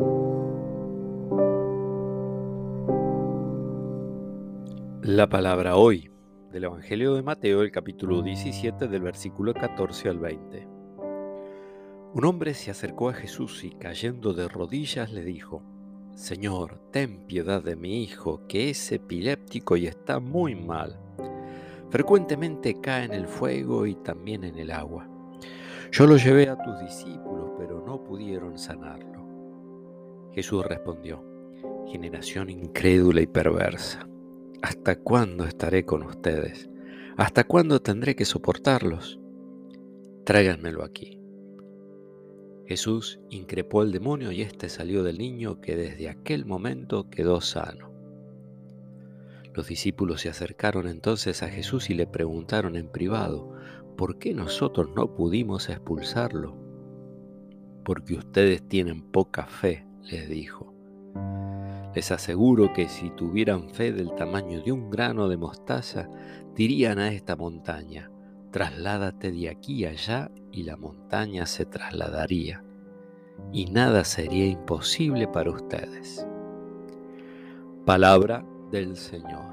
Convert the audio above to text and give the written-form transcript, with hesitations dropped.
La palabra hoy del Evangelio de Mateo, el capítulo 17, del versículo 14 al 20. Un hombre se acercó a Jesús y cayendo de rodillas le dijo: Señor, ten piedad de mi hijo, que es epiléptico y está muy mal. Frecuentemente cae en el fuego y también en el agua. Yo lo llevé a tus discípulos, pero no pudieron sanarlo. Jesús respondió: Generación incrédula y perversa. ¿Hasta cuándo estaré con ustedes? ¿Hasta cuándo tendré que soportarlos? Tráiganmelo aquí. Jesús increpó al demonio y éste salió del niño, que desde aquel momento quedó sano. Los discípulos se acercaron entonces a Jesús y le preguntaron en privado: ¿por qué nosotros no pudimos expulsarlo? Porque ustedes tienen poca fe, les dijo. Les aseguro que si tuvieran fe del tamaño de un grano de mostaza, dirían a esta montaña: trasládate de aquí a allá, y la montaña se trasladaría, y nada sería imposible para ustedes. Palabra del Señor.